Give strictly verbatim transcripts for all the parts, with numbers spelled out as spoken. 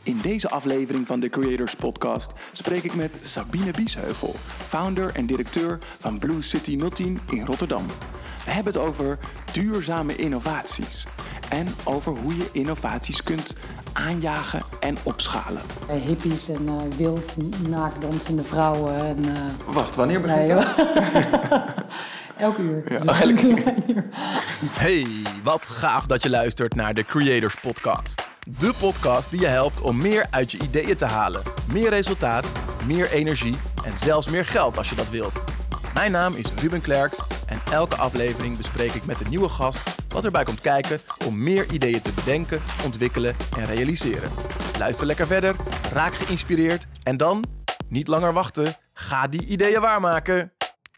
In deze aflevering van de Creators Podcast spreek ik met Sabine Biesheuvel, founder en directeur van Blue City nul tien in Rotterdam. We hebben het over duurzame innovaties en over hoe je innovaties kunt aanjagen en opschalen. Hippies en uh, wild naakdansende vrouwen. En, uh... Wacht, wanneer begint nee, dat? Elk uur. Ja, dus elk uur. Hey, wat gaaf dat je luistert naar de Creators Podcast. De podcast die je helpt om meer uit je ideeën te halen. Meer resultaat, meer energie en zelfs meer geld als je dat wilt. Mijn naam is Ruben Klerks en elke aflevering bespreek ik met een nieuwe gast wat erbij komt kijken om meer ideeën te bedenken, ontwikkelen en realiseren. Luister lekker verder, raak geïnspireerd en dan, niet langer wachten, ga die ideeën waarmaken.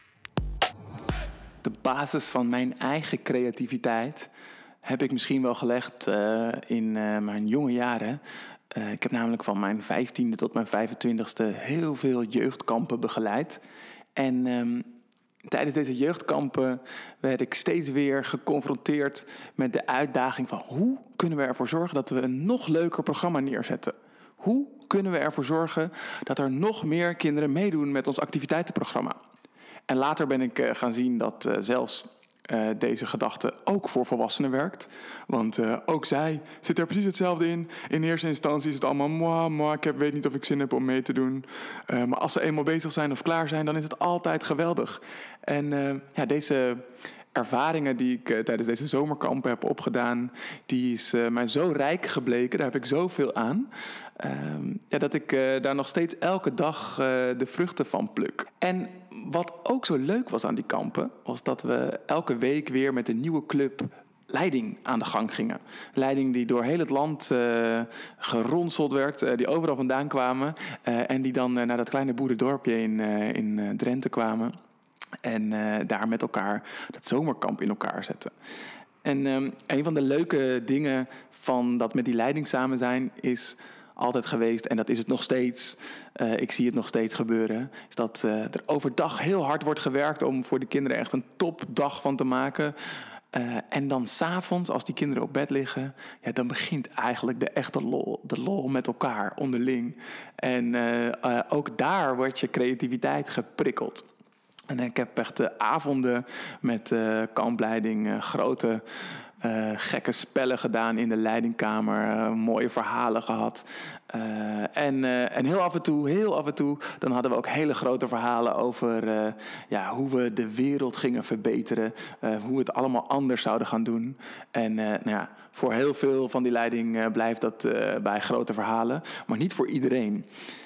De basis van mijn eigen creativiteit heb ik misschien wel gelegd uh, in uh, mijn jonge jaren. Uh, ik heb namelijk van mijn vijftiende tot mijn vijfentwintigste heel veel jeugdkampen begeleid. En um, tijdens deze jeugdkampen werd ik steeds weer geconfronteerd met de uitdaging van hoe kunnen we ervoor zorgen dat we een nog leuker programma neerzetten? Hoe kunnen we ervoor zorgen dat er nog meer kinderen meedoen met ons activiteitenprogramma? En later ben ik uh, gaan zien dat uh, zelfs uh, deze gedachte ook voor volwassenen werkt. Want uh, ook zij zit er precies hetzelfde in. In eerste instantie is het allemaal moi, moi, ik heb, weet niet of ik zin heb om mee te doen. Uh, maar als ze eenmaal bezig zijn of klaar zijn, dan is het altijd geweldig. En uh, ja, deze ervaringen die ik uh, tijdens deze zomerkampen heb opgedaan, die is uh, mij zo rijk gebleken. Daar heb ik zoveel aan. Uh, ja, dat ik uh, daar nog steeds elke dag uh, de vruchten van pluk. En wat ook zo leuk was aan die kampen, was dat we elke week weer met een nieuwe club leiding aan de gang gingen. Leiding die door heel het land uh, geronseld werd, uh, die overal vandaan kwamen uh, en die dan uh, naar dat kleine boerendorpje in, uh, in uh, Drenthe kwamen. En uh, daar met elkaar dat zomerkamp in elkaar zetten. En um, een van de leuke dingen van dat met die leiding samen zijn is altijd geweest, en dat is het nog steeds, uh, ik zie het nog steeds gebeuren, is dat uh, er overdag heel hard wordt gewerkt om voor de kinderen echt een topdag van te maken. Uh, en dan 's avonds, als die kinderen op bed liggen, ja, dan begint eigenlijk de echte lol. De lol met elkaar, onderling. En uh, uh, ook daar wordt je creativiteit geprikkeld. En ik heb echt uh, avonden met uh, kampleiding, uh, grote uh, gekke spellen gedaan in de leidingkamer, uh, mooie verhalen gehad. Uh, en, uh, en heel af en toe, heel af en toe, dan hadden we ook hele grote verhalen over uh, ja, hoe we de wereld gingen verbeteren, uh, hoe we het allemaal anders zouden gaan doen. En uh, nou ja, voor heel veel van die leiding uh, blijft dat uh, bij grote verhalen, maar niet voor iedereen.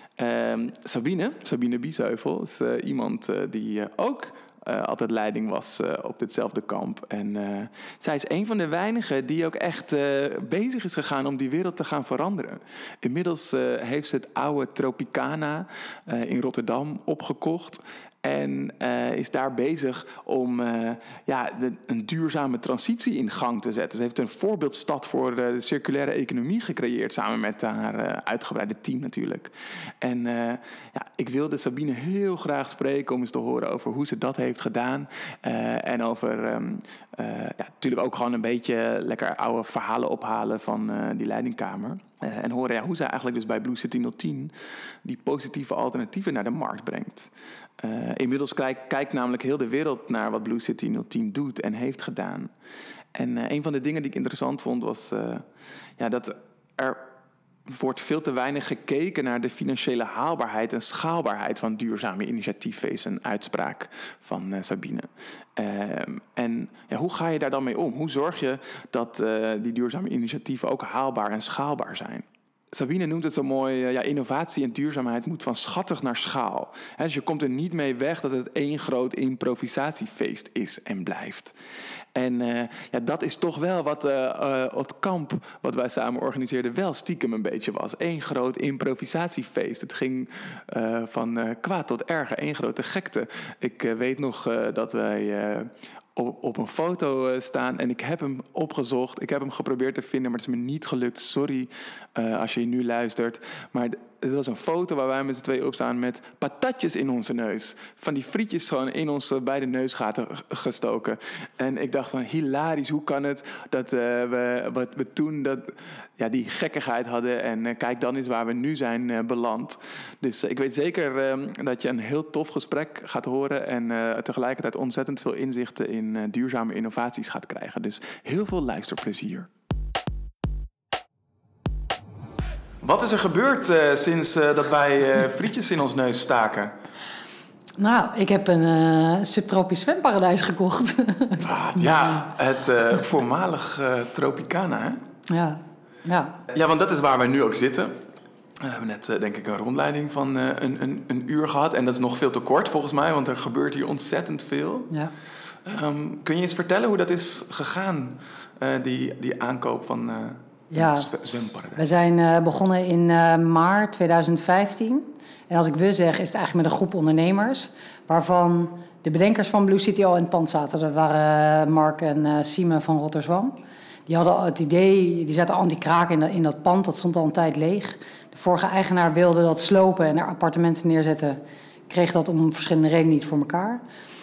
Uh, Sabine, Sabine Biesheuvel, is uh, iemand uh, die uh, ook uh, altijd leiding was uh, op ditzelfde kamp. En uh, zij is een van de weinigen die ook echt uh, bezig is gegaan om die wereld te gaan veranderen. Inmiddels uh, heeft ze het oude Tropicana uh, in Rotterdam opgekocht. En uh, is daar bezig om uh, ja, de, een duurzame transitie in gang te zetten. Ze heeft een voorbeeldstad voor uh, de circulaire economie gecreëerd, samen met haar uh, uitgebreide team natuurlijk. En uh, ja, ik wilde Sabine heel graag spreken om eens te horen over hoe ze dat heeft gedaan. Uh, en over um, uh, ja, natuurlijk ook gewoon een beetje lekker oude verhalen ophalen van uh, die leidingkamer. Uh, en horen ja, hoe zij eigenlijk dus bij Blue City nul tien die positieve alternatieven naar de markt brengt. Uh, inmiddels kijkt kijk namelijk heel de wereld naar wat Blue City nul tien doet en heeft gedaan. En uh, een van de dingen die ik interessant vond was uh, ja, dat er wordt veel te weinig gekeken naar de financiële haalbaarheid en schaalbaarheid van duurzame initiatieven, is een uitspraak van uh, Sabine. Uh, en ja, hoe ga je daar dan mee om? Hoe zorg je dat uh, die duurzame initiatieven ook haalbaar en schaalbaar zijn? Sabine noemt het zo mooi, uh, ja, innovatie en duurzaamheid moet van schattig naar schaal. He, dus je komt er niet mee weg dat het één groot improvisatiefeest is en blijft. En uh, ja, dat is toch wel wat uh, uh, het kamp wat wij samen organiseerden wel stiekem een beetje was. Eén groot improvisatiefeest. Het ging uh, van uh, kwaad tot erger, één grote gekte. Ik uh, weet nog uh, dat wij Uh, Op, op een foto uh, staan en ik heb hem opgezocht. Ik heb hem geprobeerd te vinden, maar het is me niet gelukt. Sorry uh, als je nu luistert. Maar d- het was een foto waar wij met z'n tweeën op staan met patatjes in onze neus. Van die frietjes gewoon in onze beide neusgaten gestoken. En ik dacht van, hilarisch, hoe kan het dat uh, we, wat we toen dat, ja, die gekkigheid hadden. En uh, kijk, dan is waar we nu zijn uh, beland. Dus uh, ik weet zeker uh, dat je een heel tof gesprek gaat horen. En uh, tegelijkertijd ontzettend veel inzichten in uh, duurzame innovaties gaat krijgen. Dus heel veel luisterplezier. Wat is er gebeurd uh, sinds uh, dat wij uh, frietjes in ons neus staken? Nou, ik heb een uh, subtropisch zwemparadijs gekocht. Wat? Ja, het uh, voormalig uh, Tropicana, hè? Ja, ja. Ja, want dat is waar wij nu ook zitten. We hebben net, uh, denk ik, een rondleiding van uh, een, een, een uur gehad. En dat is nog veel te kort, volgens mij, want er gebeurt hier ontzettend veel. Ja. Um, kun je eens vertellen hoe dat is gegaan, uh, die, die aankoop van... Uh, Ja, we zijn uh, begonnen in uh, maart tweeduizend vijftien. En als ik we zeg, is het eigenlijk met een groep ondernemers, waarvan de bedenkers van Blue City al in het pand zaten. Dat waren Mark en uh, Sime van Rotterdam. Die hadden al het idee, die zaten anti-kraak in, in dat pand. Dat stond al een tijd leeg. De vorige eigenaar wilde dat slopen en er appartementen neerzetten. Kreeg dat om verschillende redenen niet voor elkaar.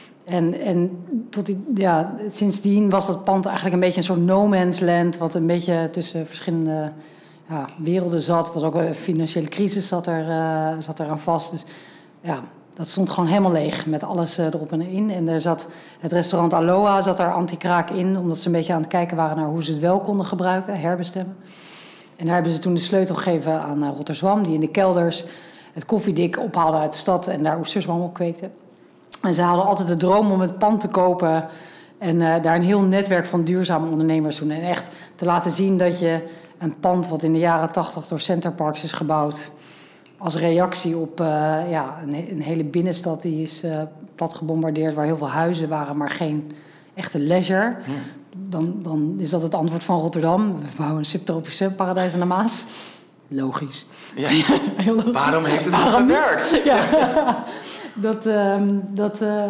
En, en tot die, ja, sindsdien was dat pand eigenlijk een beetje een soort no man's land, wat een beetje tussen verschillende ja, werelden zat. Was ook een financiële crisis zat er, uh, zat er aan vast. Dus ja, dat stond gewoon helemaal leeg met alles uh, erop en in. En er zat het restaurant Aloha zat er anti-kraak in, omdat ze een beetje aan het kijken waren naar hoe ze het wel konden gebruiken, herbestemmen. En daar hebben ze toen de sleutel gegeven aan uh, Rotterdam, die in de kelders het koffiedik ophaalde uit de stad en daar oesterzwam op kweekte. En ze hadden altijd de droom om het pand te kopen en uh, daar een heel netwerk van duurzame ondernemers doen. En echt te laten zien dat je een pand wat in de jaren tachtig door Centerparks is gebouwd, als reactie op uh, ja, een, een hele binnenstad die is uh, plat gebombardeerd, waar heel veel huizen waren, maar geen echte leisure. Ja. Dan, dan is dat het antwoord van Rotterdam. We bouwen een subtropisch zwemparadijs aan de Maas. Logisch. Ja. Logisch. Waarom heeft het nog gewerkt? Ja. Dat, uh, dat, uh,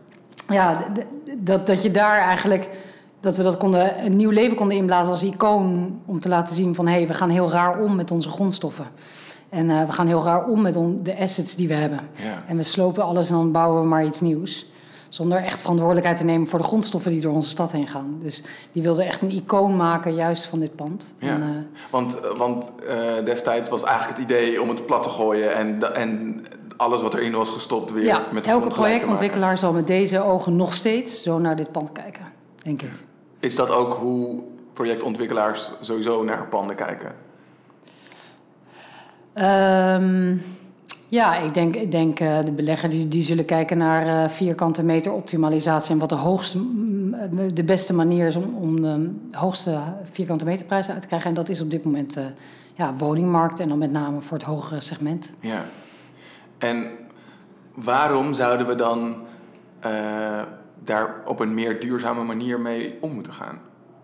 ja, d- d- dat, dat je daar eigenlijk, dat we dat konden, een nieuw leven konden inblazen als icoon, om te laten zien van, hé, hey, we gaan heel raar om met onze grondstoffen. En uh, we gaan heel raar om met on- de assets die we hebben. Ja. En we slopen alles en dan bouwen we maar iets nieuws. Zonder echt verantwoordelijkheid te nemen voor de grondstoffen die door onze stad heen gaan. Dus die wilden echt een icoon maken, juist van dit pand. Ja. En, uh, want want uh, destijds was eigenlijk het idee om het plat te gooien en, en alles wat erin was gestopt weer ja, met de elke projectontwikkelaar zal met deze ogen nog steeds zo naar dit pand kijken, denk ik. Is dat ook hoe projectontwikkelaars sowieso naar panden kijken? Um, ja, ik denk, ik denk uh, de belegger die, die zullen kijken naar uh, vierkante meter optimalisatie en wat de hoogste, de beste manier is om, om de hoogste vierkante meterprijs uit te krijgen. En dat is op dit moment uh, ja, woningmarkt en dan met name voor het hogere segment. Ja. En waarom zouden we dan uh, daar op een meer duurzame manier mee om moeten gaan?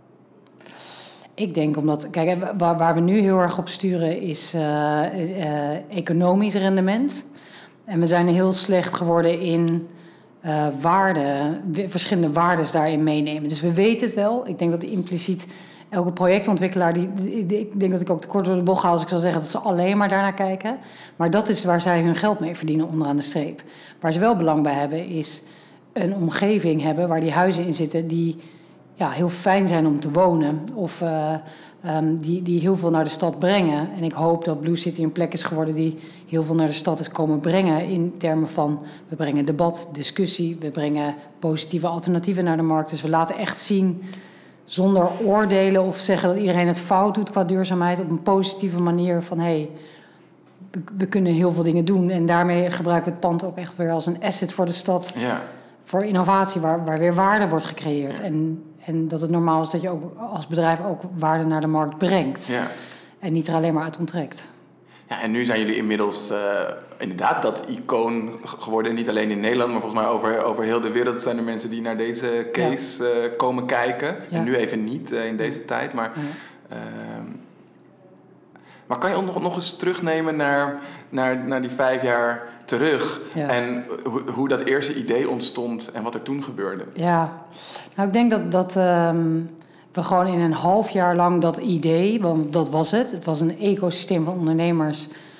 Ik denk omdat, kijk, waar, waar we nu heel erg op sturen is uh, uh, economisch rendement. En we zijn heel slecht geworden in uh, waarden, verschillende waardes daarin meenemen. Dus we weten het wel. Ik denk dat impliciet elke projectontwikkelaar, die, die, die, ik denk dat ik ook te kort door de bocht ga als ik zal zeggen dat ze alleen maar daarnaar kijken. Maar dat is waar zij hun geld mee verdienen onderaan de streep. Waar ze wel belang bij hebben is een omgeving hebben waar die huizen in zitten die ja, heel fijn zijn om te wonen. Of uh, um, die, die heel veel naar de stad brengen. En ik hoop dat Blue City een plek is geworden die heel veel naar de stad is komen brengen. In termen van, we brengen debat, discussie. We brengen positieve alternatieven naar de markt. Dus we laten echt zien, zonder oordelen of zeggen dat iedereen het fout doet qua duurzaamheid, op een positieve manier van, hé, hey, we, we kunnen heel veel dingen doen. En daarmee gebruiken we het pand ook echt weer als een asset voor de stad. Ja. Voor innovatie, waar, waar weer waarde wordt gecreëerd. Ja. En, en dat het normaal is dat je ook als bedrijf ook waarde naar de markt brengt. Ja. En niet er alleen maar uit onttrekt. Ja, en nu zijn jullie inmiddels uh, inderdaad dat icoon geworden. Niet alleen in Nederland, maar volgens mij over, over heel de wereld zijn er mensen die naar deze case ja. uh, komen kijken. Ja. En nu even niet uh, in deze tijd. Maar, ja. uh, maar kan je ons nog, nog eens terugnemen naar, naar, naar die vijf jaar terug? Ja. En ho, hoe dat eerste idee ontstond en wat er toen gebeurde? Ja, nou ik denk dat, dat um, we gewoon in een half jaar lang dat idee, want dat was het. Het was een ecosysteem van ondernemers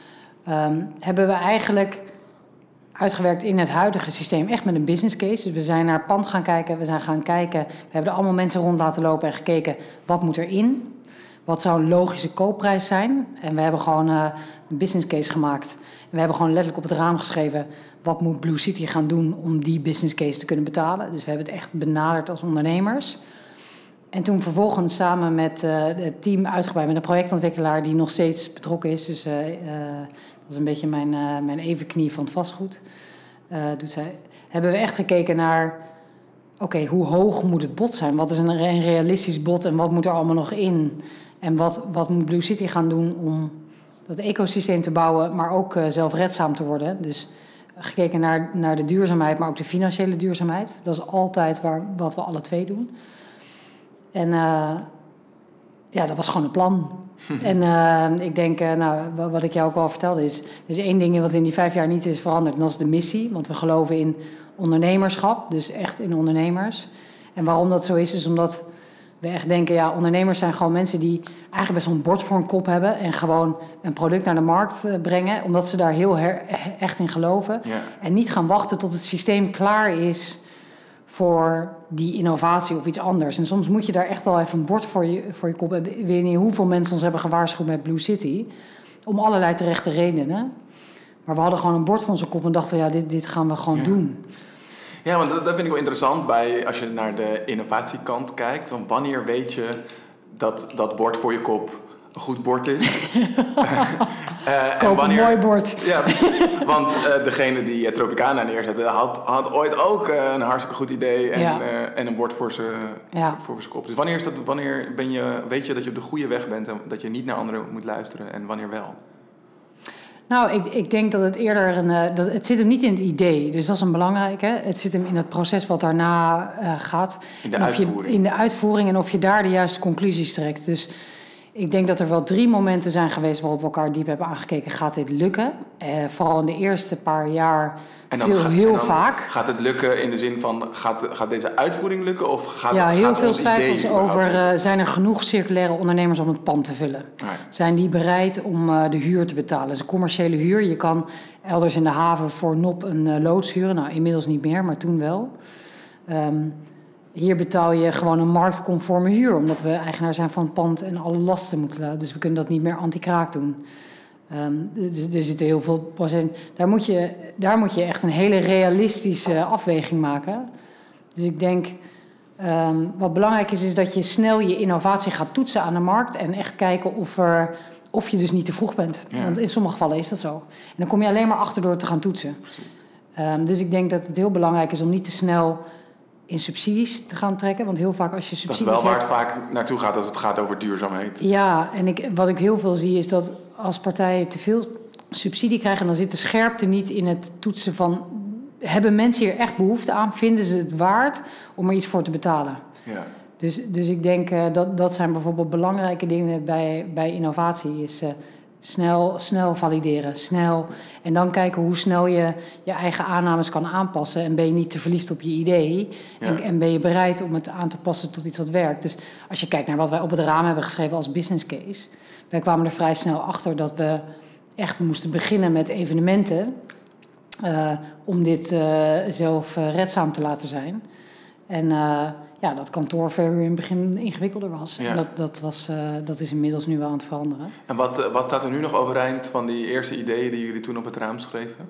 Um, hebben we eigenlijk uitgewerkt in het huidige systeem echt met een business case. Dus we zijn naar het pand gaan kijken, we zijn gaan kijken... we hebben er allemaal mensen rond laten lopen en gekeken... wat moet erin? Wat zou een logische koopprijs zijn? En we hebben gewoon uh, een business case gemaakt. En we hebben gewoon letterlijk op het raam geschreven... wat moet Blue City gaan doen om die business case te kunnen betalen? Dus we hebben het echt benaderd als ondernemers. En toen vervolgens samen met uh, het team uitgebreid... met een projectontwikkelaar die nog steeds betrokken is... dus uh, uh, dat is een beetje mijn, uh, mijn evenknie van het vastgoed... Uh, doet zij, hebben we echt gekeken naar... oké, okay, hoe hoog moet het bod zijn? Wat is een, een realistisch bod en wat moet er allemaal nog in? En wat, wat moet Blue City gaan doen om dat ecosysteem te bouwen... maar ook uh, zelfredzaam te worden? Dus gekeken naar, naar de duurzaamheid, maar ook de financiële duurzaamheid. Dat is altijd waar, wat we alle twee doen. En uh, ja, dat was gewoon een plan. en uh, ik denk, uh, nou, wat ik jou ook al vertelde... is er is één ding wat in die vijf jaar niet is veranderd... en dat is de missie. Want we geloven in ondernemerschap, dus echt in ondernemers. En waarom dat zo is, is omdat we echt denken... ja, ondernemers zijn gewoon mensen die eigenlijk best wel een bord voor een kop hebben... en gewoon een product naar de markt uh, brengen... omdat ze daar heel her- echt in geloven. Ja. En niet gaan wachten tot het systeem klaar is... voor die innovatie of iets anders. En soms moet je daar echt wel even een bord voor je, voor je kop hebben. Ik weet niet hoeveel mensen ons hebben gewaarschuwd met Blue City... om allerlei terechte redenen. Maar we hadden gewoon een bord voor onze kop... en dachten, ja, dit, dit gaan we gewoon ja. doen. Ja, want dat, dat vind ik wel interessant... bij als je naar de innovatiekant kijkt. Want wanneer weet je dat dat bord voor je kop... een goed bord is. uh, Koop en wanneer, een mooi bord. Ja, want uh, degene die uh, Tropicana neerzette... Had, had ooit ook uh, een hartstikke goed idee... en, ja. uh, en een bord voor zijn ja. voor, voor kop. Dus wanneer, is dat, wanneer ben je, weet je dat je op de goede weg bent... en dat je niet naar anderen moet luisteren en wanneer wel? Nou, ik, ik denk dat het eerder een... Uh, dat, het zit hem niet in het idee, dus dat is een belangrijke. Het zit hem in het proces wat daarna uh, gaat. In de en uitvoering. Je, in de uitvoering en of je daar de juiste conclusies trekt. Dus... ik denk dat er wel drie momenten zijn geweest waarop we elkaar diep hebben aangekeken. Gaat dit lukken? Uh, vooral in de eerste paar jaar en dan veel, ga, heel en dan vaak. Gaat het lukken in de zin van, gaat, gaat deze uitvoering lukken? Of gaat, ja, heel gaat veel ons twijfels idee over, uh, zijn er genoeg circulaire ondernemers om het pand te vullen? Nee. Zijn die bereid om uh, de huur te betalen? Dat is een commerciële huur. Je kan elders in de haven voor Nop een uh, loods huren. Nou, inmiddels niet meer, maar toen wel. Um, Hier betaal je gewoon een marktconforme huur... omdat we eigenaar zijn van het pand en alle lasten moeten laten. Dus we kunnen dat niet meer anti-kraak doen. Um, dus, er zitten heel veel procent. Daar moet, je, daar moet je echt een hele realistische afweging maken. Dus ik denk... Um, wat belangrijk is, is dat je snel je innovatie gaat toetsen aan de markt... en echt kijken of, er, of je dus niet te vroeg bent. Ja. Want in sommige gevallen is dat zo. En dan kom je alleen maar achter door te gaan toetsen. Um, dus ik denk dat het heel belangrijk is om niet te snel... in subsidies te gaan trekken. Want heel vaak als je subsidies... Dat is wel waar het vaak naartoe gaat als het gaat over duurzaamheid. Ja, en ik, wat ik heel veel zie is dat als partijen te veel subsidie krijgen... dan zit de scherpte niet in het toetsen van... hebben mensen hier echt behoefte aan? Vinden ze het waard om er iets voor te betalen? Ja. Dus, dus ik denk uh, dat dat zijn bijvoorbeeld belangrijke dingen bij, bij innovatie. Is uh, snel, snel valideren, snel. En dan kijken hoe snel je je eigen aannames kan aanpassen. En ben je niet te verliefd op je idee. Ja. En, en ben je bereid om het aan te passen tot iets wat werkt. Dus als je kijkt naar wat wij op het raam hebben geschreven als business case. Wij kwamen er vrij snel achter dat we echt moesten beginnen met evenementen. Uh, om dit uh, zelf uh, redzaam te laten zijn. En uh, ja, dat kantoorverhuur in het begin ingewikkelder was. Ja. En dat, dat, was uh, dat is inmiddels nu wel aan het veranderen. En wat, uh, wat staat er nu nog overeind van die eerste ideeën die jullie toen op het raam schreven?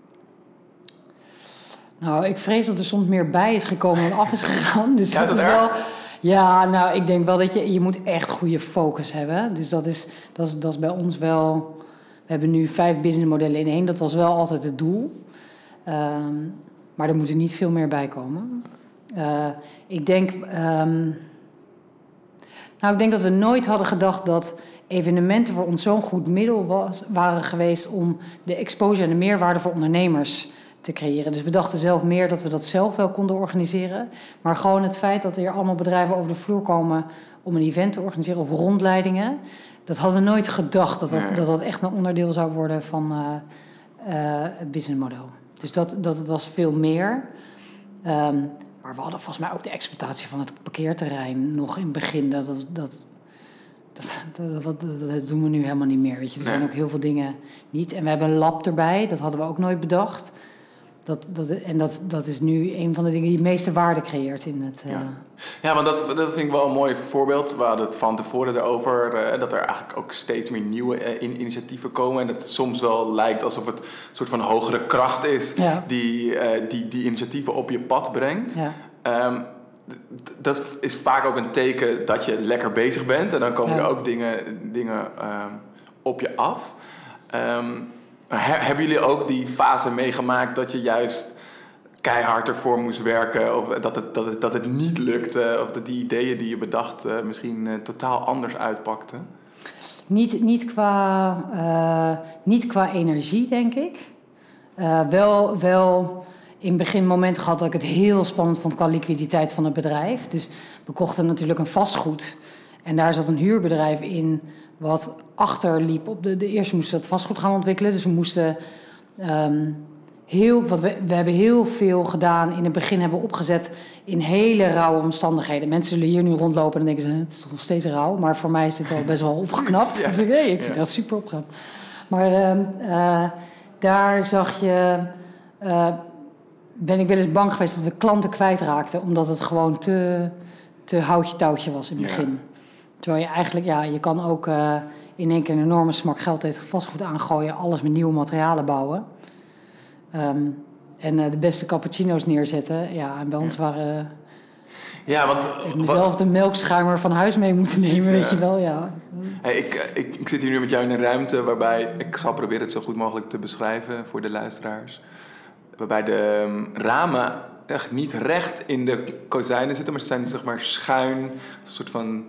Nou, ik vrees dat er soms meer bij is gekomen dan af is gegaan. Dus ja, dat, dat is erg? wel... Ja, nou, ik denk wel dat je... Je moet echt goede focus hebben. Dus dat is, dat is, dat is bij ons wel... We hebben nu vijf businessmodellen in één. Dat was wel altijd het doel. Um, maar er moet er niet veel meer bij komen. Uh, ik denk... Um, nou, ik denk dat we nooit hadden gedacht dat evenementen voor ons zo'n goed middel was, waren geweest om de exposure en de meerwaarde voor ondernemers te creëren. Dus we dachten zelf meer dat we dat zelf wel konden organiseren. Maar gewoon het feit dat er allemaal bedrijven over de vloer komen om een event te organiseren of rondleidingen, dat hadden we nooit gedacht dat dat, nee. dat, dat echt een onderdeel zou worden van uh, uh, het businessmodel. Dus dat, dat was veel meer. Um, maar we hadden volgens mij ook de exploitatie van het parkeerterrein nog in het begin. Dat, dat, dat, Dat, dat, dat, dat, dat doen we nu helemaal niet meer. Weet je. Er nee. zijn ook heel veel dingen niet. En we hebben een lab erbij, dat hadden we ook nooit bedacht. Dat, dat, en dat, dat is nu een van de dingen die het meeste waarde creëert in het... Uh... Ja. ja, want dat, dat vind ik wel een mooi voorbeeld. We hadden het van tevoren erover... Uh, dat er eigenlijk ook steeds meer nieuwe uh, in, initiatieven komen. En dat het soms wel lijkt alsof het een soort van hogere kracht is... Ja. Die, uh, die die initiatieven op je pad brengt. Ja. Um, d- dat is vaak ook een teken dat je lekker bezig bent. En dan komen ja. er ook dingen, dingen um, op je af. Um, Hebben jullie ook die fase meegemaakt dat je juist keihard ervoor moest werken... of dat het, dat het, dat het niet lukte, of dat die ideeën die je bedacht uh, misschien uh, totaal anders uitpakten? Niet, niet, qua, uh, niet qua energie, denk ik. Uh, wel, wel in het begin moment gehad dat ik het heel spannend vond qua liquiditeit van het bedrijf. Dus we kochten natuurlijk een vastgoed. En daar zat een huurbedrijf in... wat achterliep op de, de eerste moesten we dat vastgoed gaan ontwikkelen. Dus we moesten um, heel, wat we, we hebben heel veel gedaan. In het begin hebben we opgezet in hele rauwe omstandigheden. Mensen zullen hier nu rondlopen en denken ze, het is nog steeds rauw. Maar voor mij is dit al best wel opgeknapt. Ja. Dus ik, hey, ik vind ja. dat super opgeknapt. Maar um, uh, daar zag je, uh, ben ik wel eens bang geweest dat we klanten kwijtraakten. Omdat het gewoon te, te houtje touwtje was in het begin. Ja. Terwijl je eigenlijk, ja, je kan ook uh, in één keer een enorme smak geld tegen vastgoed aangooien, alles met nieuwe materialen bouwen. Um, en uh, de beste cappuccino's neerzetten. Ja, en bij ons ja. waren... Ja, want... Ik mezelf wat, de melkschuimer van huis mee moeten nemen, ja. weet je wel, ja. Hey, ik, ik, ik zit hier nu met jou in een ruimte waarbij... Ik zal proberen het zo goed mogelijk te beschrijven voor de luisteraars. Waarbij de um, ramen echt niet recht in de kozijnen zitten, maar ze zijn zeg maar schuin, een soort van...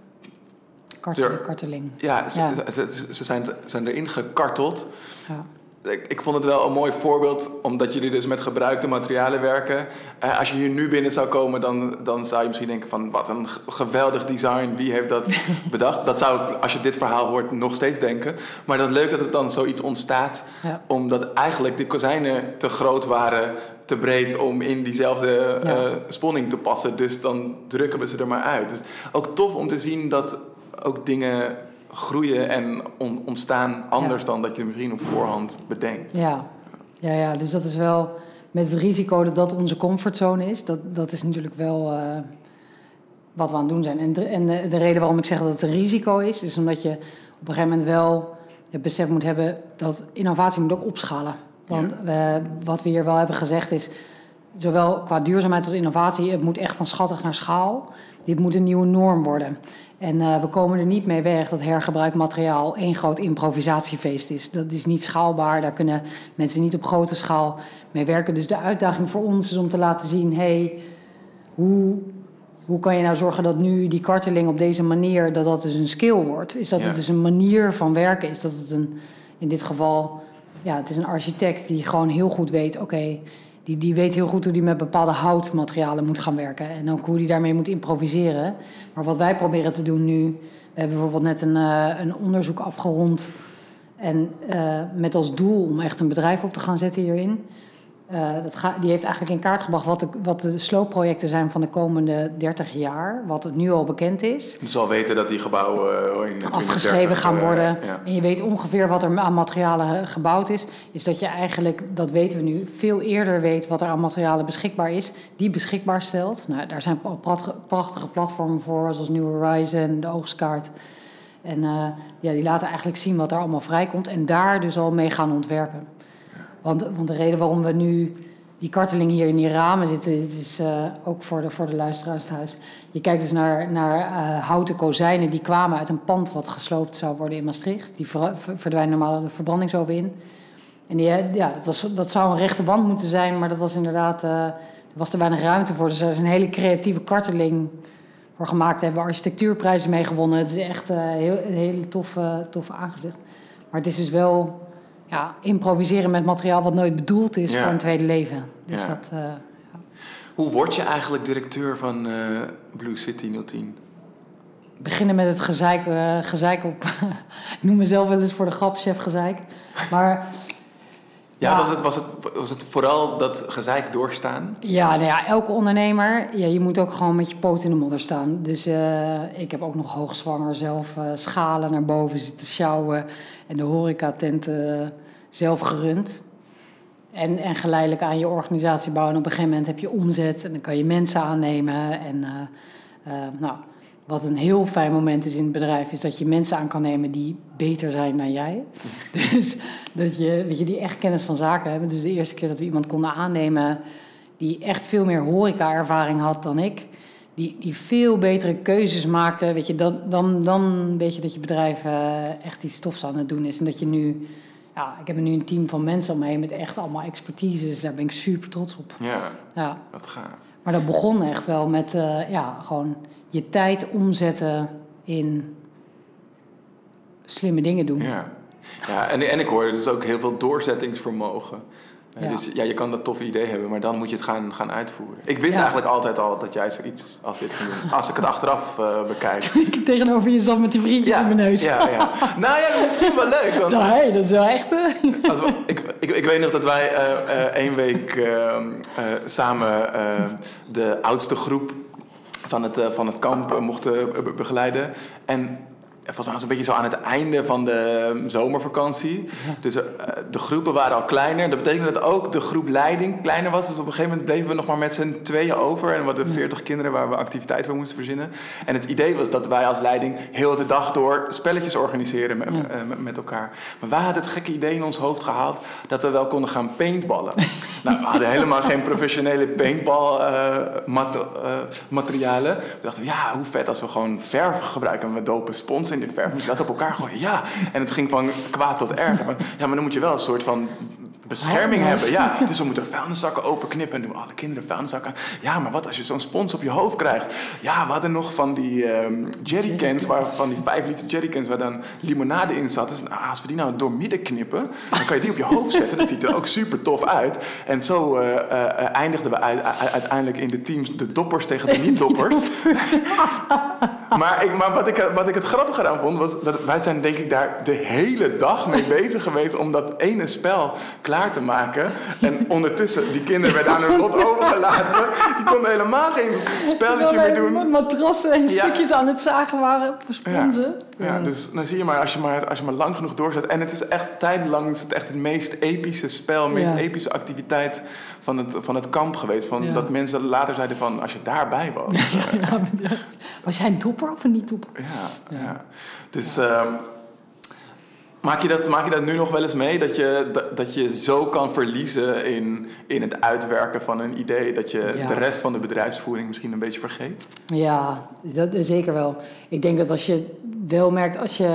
Karteling. karteling. Ja, ze, ja. Ze, ze zijn, zijn erin gekarteld. Ja. Ik, ik vond het wel een mooi voorbeeld, omdat jullie dus met gebruikte materialen werken. Uh, als je hier nu binnen zou komen, dan, dan zou je misschien denken van... wat een geweldig design, wie heeft dat bedacht? Dat zou ik, als je dit verhaal hoort, nog steeds denken. Maar dat leuk dat het dan zoiets ontstaat... Ja. omdat eigenlijk de kozijnen te groot waren... te breed om in diezelfde ja. uh, sponning te passen. Dus dan drukken we ze er maar uit. Dus ook tof om te zien dat... ook dingen groeien en on- ontstaan anders ja. dan dat je misschien op voorhand bedenkt. Ja. Ja, ja, dus dat is wel met het risico dat dat onze comfortzone is. Dat, dat is natuurlijk wel uh, wat we aan het doen zijn. En, de, en de, de reden waarom ik zeg dat het een risico is... is omdat je op een gegeven moment wel het besef moet hebben... dat innovatie moet ook opschalen. Want ja. we, wat we hier wel hebben gezegd is... zowel qua duurzaamheid als innovatie... het moet echt van schattig naar schaal. Dit moet een nieuwe norm worden. En uh, we komen er niet mee weg dat hergebruikt materiaal één groot improvisatiefeest is. Dat is niet schaalbaar, daar kunnen mensen niet op grote schaal mee werken. Dus de uitdaging voor ons is om te laten zien... hey, hoe, hoe kan je nou zorgen dat nu die karteling op deze manier... dat dat dus een skill wordt? Is dat ja. het dus een manier van werken? Is dat het een, in dit geval, ja, het is een architect die gewoon heel goed weet... oké. Okay, Die, die weet heel goed hoe die met bepaalde houtmaterialen moet gaan werken. En ook hoe die daarmee moet improviseren. Maar wat wij proberen te doen nu... We hebben bijvoorbeeld net een, uh, een onderzoek afgerond... en uh, met als doel om echt een bedrijf op te gaan zetten hierin. Uh, dat ga, die heeft eigenlijk in kaart gebracht... Wat de, wat de sloopprojecten zijn van de komende dertig jaar. Wat het nu al bekend is. Je zal weten dat die gebouwen uh, in afgeschreven dertig, gaan worden. Uh, ja. En je weet ongeveer wat er aan materialen gebouwd is. Is dat je eigenlijk, dat weten we nu... veel eerder weet wat er aan materialen beschikbaar is. Die beschikbaar stelt. Nou, daar zijn prachtige platformen voor... zoals New Horizon, de oogstkaart. En uh, ja, die laten eigenlijk zien wat er allemaal vrijkomt... en daar dus al mee gaan ontwerpen. Want, want de reden waarom we nu die karteling hier in die ramen zitten... is uh, ook voor de, voor de luisteraars thuis. Je kijkt dus naar, naar uh, houten kozijnen... die kwamen uit een pand wat gesloopt zou worden in Maastricht. Die ver, ver, verdwijnen normaal de verbrandingsoven in. En die, ja, dat, was, dat zou een rechte wand moeten zijn... maar dat was inderdaad... Uh, er was te weinig ruimte voor. Dus er is een hele creatieve karteling voor gemaakt. Daar hebben we architectuurprijzen mee gewonnen. Het is echt uh, heel, een hele toffe, toffe aangezicht. Maar het is dus wel... Ja, improviseren met materiaal wat nooit bedoeld is ja. voor een tweede leven. Dus ja. dat, uh, ja. Hoe word je eigenlijk directeur van uh, Blue City nul tien? Beginnen met het gezeik, uh, gezeik op... Ik noem mezelf wel eens voor de grap chef gezeik. Maar Ja, was het, was, het, was het vooral dat gezeik doorstaan? Ja, nou ja, elke ondernemer, ja, je moet ook gewoon met je poot in de modder staan. Dus uh, ik heb ook nog hoogzwanger zelf uh, schalen naar boven zitten sjouwen en de horecatenten uh, zelf gerund. En, en geleidelijk aan je organisatie bouwen. En op een gegeven moment heb je omzet en dan kan je mensen aannemen. En uh, uh, nou, wat een heel fijn moment is in het bedrijf, is dat je mensen aan kan nemen die beter zijn dan jij. Dus dat je, weet je, die echt kennis van zaken hebben. Dus de eerste keer dat we iemand konden aannemen die echt veel meer horeca-ervaring had dan ik, die, die veel betere keuzes maakte, weet je, dat, dan, dan weet je dat je bedrijf uh, echt iets tofs aan het doen is. En dat je nu, ja, ik heb nu een team van mensen om me heen met echt allemaal expertises. Daar ben ik super trots op. Ja, ja. Wat gaaf. Maar dat begon echt wel met, uh, ja, gewoon je tijd omzetten in slimme dingen doen. Ja, ja en, en ik hoorde dus ook heel veel doorzettingsvermogen. Ja. Dus ja, je kan dat toffe idee hebben, maar dan moet je het gaan, gaan uitvoeren. Ik wist ja. eigenlijk altijd al dat jij zoiets als dit ging doen. Als ik het achteraf uh, bekijk. Ik tegenover je zat met die vriendjes ja, in mijn neus. Ja, ja. Nou ja, dat is misschien wel leuk. Want Zo, hey, dat is wel echt... Als we, ik, ik, ik weet nog dat wij uh, uh, één week uh, uh, samen uh, de oudste groep van het, uh, van het kamp uh, mochten uh, begeleiden. En volgens mij was het een beetje zo aan het einde van de zomervakantie. Ja. Dus uh, de groepen waren al kleiner. Dat betekende dat ook de groep leiding kleiner was. Dus op een gegeven moment bleven we nog maar met z'n tweeën over. En we hadden veertig kinderen waar we activiteiten voor moesten verzinnen. En het idee was dat wij als leiding heel de dag door spelletjes organiseren met, ja. uh, met, met elkaar. Maar wij hadden het gekke idee in ons hoofd gehaald dat we wel konden gaan paintballen. Nou, we hadden helemaal geen professionele paintball-materialen. Uh, uh, we dachten, ja, hoe vet als we gewoon verf gebruiken. En we dopen spons in de verf. Moet je dat op elkaar gooien? Ja. En het ging van kwaad tot erger. Van, ja, maar dan moet je wel een soort van bescherming oh, hebben. Ja. Dus we moeten vuilniszakken openknippen en doen alle kinderen vuilniszakken. Ja, maar wat als je zo'n spons op je hoofd krijgt? Ja, we hadden nog van die um, jerrycans, waar, van die vijf liter jerrycans waar dan limonade in zat. Dus nou, als we die nou door midden knippen, dan kan je die op je hoofd zetten. Dat ziet er ook super tof uit. En zo uh, uh, eindigden we uit, uiteindelijk in de teams de doppers tegen de niet-doppers. maar ik, maar wat, ik, wat ik het grappige aan vond, was dat wij zijn denk ik daar de hele dag mee bezig geweest om dat ene spel klaar te maken. En ondertussen, die kinderen werden aan hun lot overgelaten. Die konden helemaal geen spelletje meer doen. Matrassen en stukjes ja. aan het zagen waren voor sponsen. Ja. Ja, dus dan zie je maar als je maar, als je maar lang genoeg doorzet. En het is echt tijdenlang is het echt het meest epische spel, de meest ja. epische activiteit van het, van het kamp geweest. Van ja. Dat mensen later zeiden van, als je daarbij was. Ja, ja, was jij een topper of een niet-topper? Ja, ja. ja. Dus Um, Maak je, dat, maak je dat nu nog wel eens mee? Dat je, dat, dat je zo kan verliezen in, in het uitwerken van een idee, dat je ja. de rest van de bedrijfsvoering misschien een beetje vergeet? Ja, dat, zeker wel. Ik denk dat als je wel merkt, als je...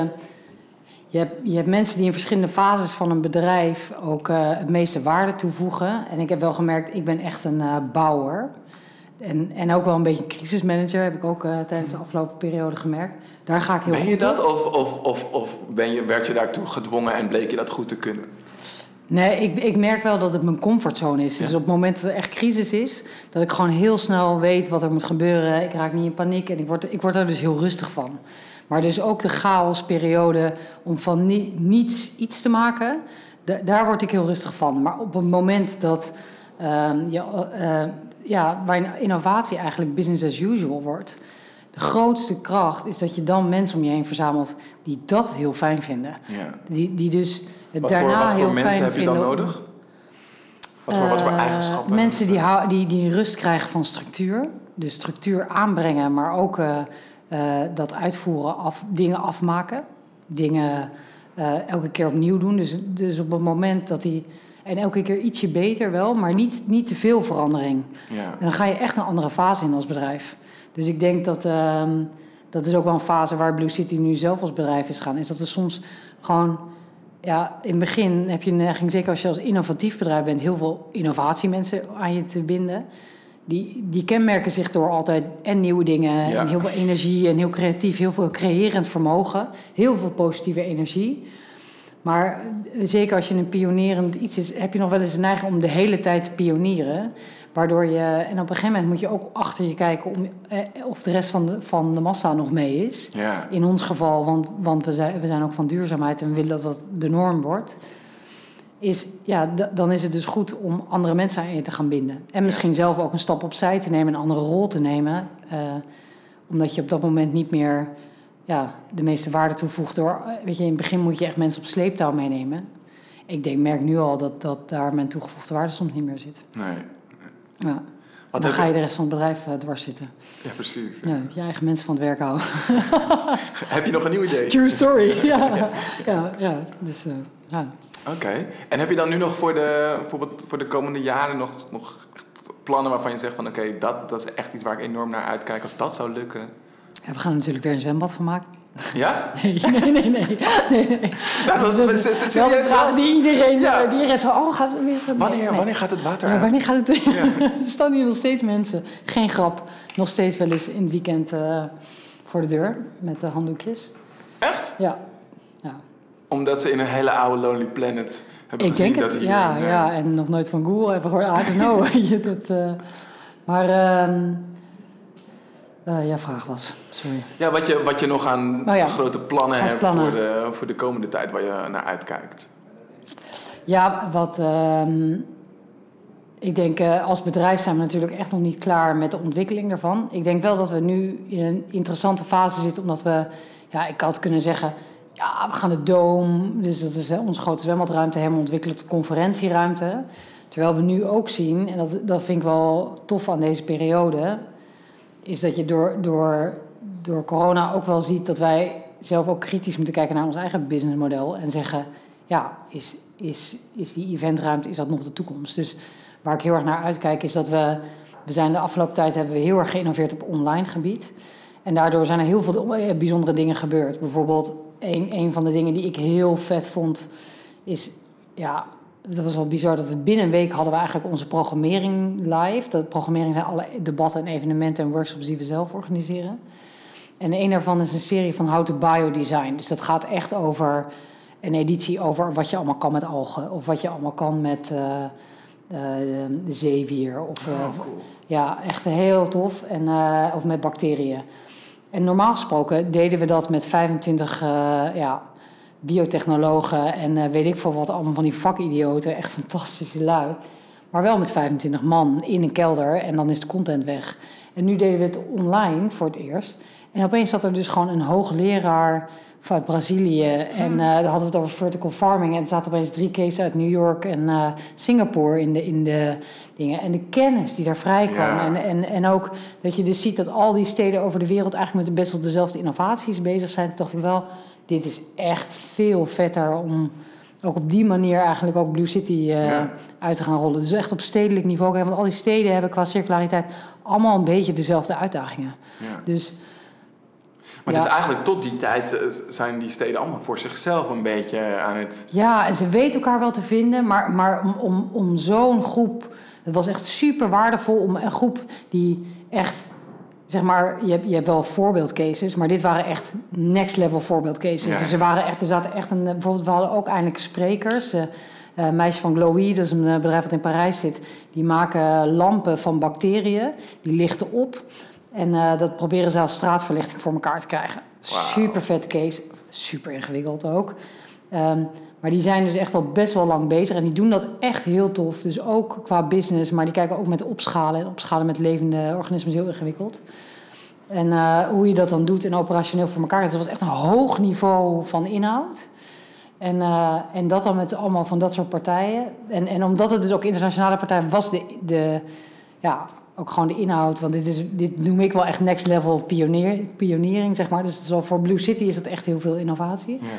Je hebt, je hebt mensen die in verschillende fases van een bedrijf ook uh, het meeste waarde toevoegen. En ik heb wel gemerkt, ik ben echt een uh, bouwer. En, en ook wel een beetje een crisismanager, heb ik ook uh, tijdens de afgelopen periode gemerkt. Daar ga ik heel ben goed je dat of, of, of, of ben je, werd je daartoe gedwongen en bleek je dat goed te kunnen? Nee, ik, ik merk wel dat het mijn comfortzone is. Ja. Dus op het moment dat er echt crisis is, dat ik gewoon heel snel weet wat er moet gebeuren. Ik raak niet in paniek en ik word, ik word er dus heel rustig van. Maar dus ook de chaosperiode om van ni- niets iets te maken, d- daar word ik heel rustig van. Maar op het moment dat uh, je, uh, ja, waar innovatie eigenlijk business as usual wordt, de grootste kracht is dat je dan mensen om je heen verzamelt die dat heel fijn vinden. Ja. Die, die dus het wat daarna voor, wat voor heel mensen fijn heb je vinden. dan nodig? Wat voor, uh, wat voor eigenschappen? Mensen die, hou, die, die rust krijgen van structuur. Dus structuur aanbrengen, maar ook uh, uh, dat uitvoeren, af, dingen afmaken. Dingen uh, elke keer opnieuw doen. Dus, dus op het moment dat die... En elke keer ietsje beter wel, maar niet, niet te veel verandering. Ja. En dan ga je echt een andere fase in als bedrijf. Dus ik denk dat... Uh, dat is ook wel een fase waar Blue City nu zelf als bedrijf is gaan. Is dat we soms gewoon... Ja, in het begin heb je een neiging, zeker als je als innovatief bedrijf bent, heel veel innovatiemensen aan je te binden. Die, die kenmerken zich door altijd en nieuwe dingen, ja. en heel veel energie en heel creatief, heel veel creërend vermogen, heel veel positieve energie. Maar zeker als je een pionerend iets is, heb je nog wel eens een neiging om de hele tijd te pionieren. Waardoor je, en op een gegeven moment moet je ook achter je kijken om, eh, of de rest van de, van de massa nog mee is. Ja. In ons geval, want, want we, zijn, we zijn ook van duurzaamheid en we willen dat dat de norm wordt. is, ja, d- dan is het dus goed om andere mensen aan je te gaan binden. En misschien zelf ook een stap opzij te nemen, een andere rol te nemen. Uh, omdat je op dat moment niet meer ja, de meeste waarde toevoegt. Door, weet je, in het begin moet je echt mensen op sleeptouw meenemen. Ik denk, merk nu al dat, dat daar mijn toegevoegde waarde soms niet meer zit. Nee. Ja. Wat dan ga je de rest van het bedrijf uh, dwars zitten. Ja, precies. Ja, je eigen mensen van het werk houden. Heb je nog een nieuw idee? True story, ja. ja, ja, ja. Dus, uh, ja. Oké. Okay. En heb je dan nu nog voor de, bijvoorbeeld voor de komende jaren nog, nog plannen waarvan je zegt van... oké, okay, dat, dat is echt iets waar ik enorm naar uitkijk. Als dat zou lukken... Ja, we gaan er natuurlijk weer een zwembad van maken. Ja? Nee, nee, nee. nee, nee, nee. Nou, dat, dat, dat, dat is wel de vraag die iedereen... Ja. Die iedereen zo, oh, gaat het weer... Nee, wanneer, nee. wanneer gaat het water ja, aan? Wanneer gaat het... Ja. Er staan hier nog steeds mensen. Geen grap. Nog steeds wel eens in het weekend uh, voor de deur. Met de handdoekjes. Echt? Ja. ja. Omdat ze in een hele oude Lonely Planet hebben ik gezien denk dat het, hier... Ja, uh, ja, en nog nooit van Google hebben gehoord. I don't know. dat, uh, maar... Uh, Uh, ja, vraag was. Sorry. Ja, wat je, wat je nog aan oh ja. grote plannen Grote hebt plannen. Voor, de, voor de komende tijd waar je naar uitkijkt. Ja, wat... Uh, ik denk, uh, als bedrijf zijn we natuurlijk echt nog niet klaar met de ontwikkeling daarvan. Ik denk wel dat we nu in een interessante fase zitten, omdat we... Ja, ik had kunnen zeggen... Ja, we gaan de Dome, dus dat is onze grote zwembadruimte, helemaal ontwikkelen tot conferentieruimte. Terwijl we nu ook zien, en dat, dat vind ik wel tof aan deze periode... is dat je door, door, door corona ook wel ziet dat wij zelf ook kritisch moeten kijken naar ons eigen businessmodel. En zeggen, ja, is, is, is die eventruimte, is dat nog de toekomst? Dus waar ik heel erg naar uitkijk is dat we... We zijn de afgelopen tijd hebben we heel erg geïnnoveerd op online gebied. En daardoor zijn er heel veel bijzondere dingen gebeurd. Bijvoorbeeld, een, een van de dingen die ik heel vet vond is... ja. Het was wel bizar dat we binnen een week hadden we eigenlijk onze programmering live. De programmering zijn alle debatten en evenementen en workshops die we zelf organiseren. En een daarvan is een serie van How to Biodesign. Dus dat gaat echt over een editie over wat je allemaal kan met algen. Of wat je allemaal kan met uh, uh, de zeewier. Of, uh, oh, cool. Ja, echt heel tof. En, uh, of met bacteriën. En normaal gesproken deden we dat met vijfentwintig... Uh, ja, biotechnologen en uh, weet ik veel wat, allemaal van die vakidioten, echt fantastische lui. Maar wel met vijfentwintig man in een kelder en dan is de content weg. En nu deden we het online voor het eerst. En opeens zat er dus gewoon een hoogleraar van Brazilië. En uh, daar hadden we het over vertical farming. En er zaten opeens drie cases uit New York en uh, Singapore in de, in de dingen. En de kennis die daar vrij kwam. Ja. En, en, en ook dat je dus ziet dat al die steden over de wereld eigenlijk met best wel dezelfde innovaties bezig zijn. Toen dacht ik wel, dit is echt veel vetter om ook op die manier eigenlijk ook Blue City uh, ja. uit te gaan rollen. Dus echt op stedelijk niveau. Want al die steden hebben qua circulariteit allemaal een beetje dezelfde uitdagingen. Ja. Dus... Maar ja. dus eigenlijk tot die tijd zijn die steden allemaal voor zichzelf een beetje aan het... Ja, en ze weten elkaar wel te vinden, maar, maar om, om, om zo'n groep... Het was echt super waardevol om een groep die echt... Zeg maar, je hebt, je hebt wel voorbeeldcases, maar dit waren echt next level voorbeeldcases. Ja. Dus er waren echt, er zaten echt een... Bijvoorbeeld, we hadden ook eindelijk sprekers. Uh, uh, meisje van Glowy, dat is een bedrijf dat in Parijs zit. Die maken lampen van bacteriën. Die lichten op. En uh, dat proberen ze als straatverlichting voor elkaar te krijgen. Wow. Super vet case. Super ingewikkeld ook. Um, maar die zijn dus echt al best wel lang bezig. En die doen dat echt heel tof. Dus ook qua business. Maar die kijken ook met opschalen. En opschalen met levende organismen is heel ingewikkeld. En uh, hoe je dat dan doet en operationeel voor elkaar. Dus dat was echt een hoog niveau van inhoud. En, uh, en dat dan met allemaal van dat soort partijen. En, en omdat het dus ook internationale partijen was, de, de, ja, ook gewoon de inhoud. Want dit, is, dit noem ik wel echt next level pionier, pioniering, zeg maar. Dus zo voor Blue City is dat echt heel veel innovatie. Ja.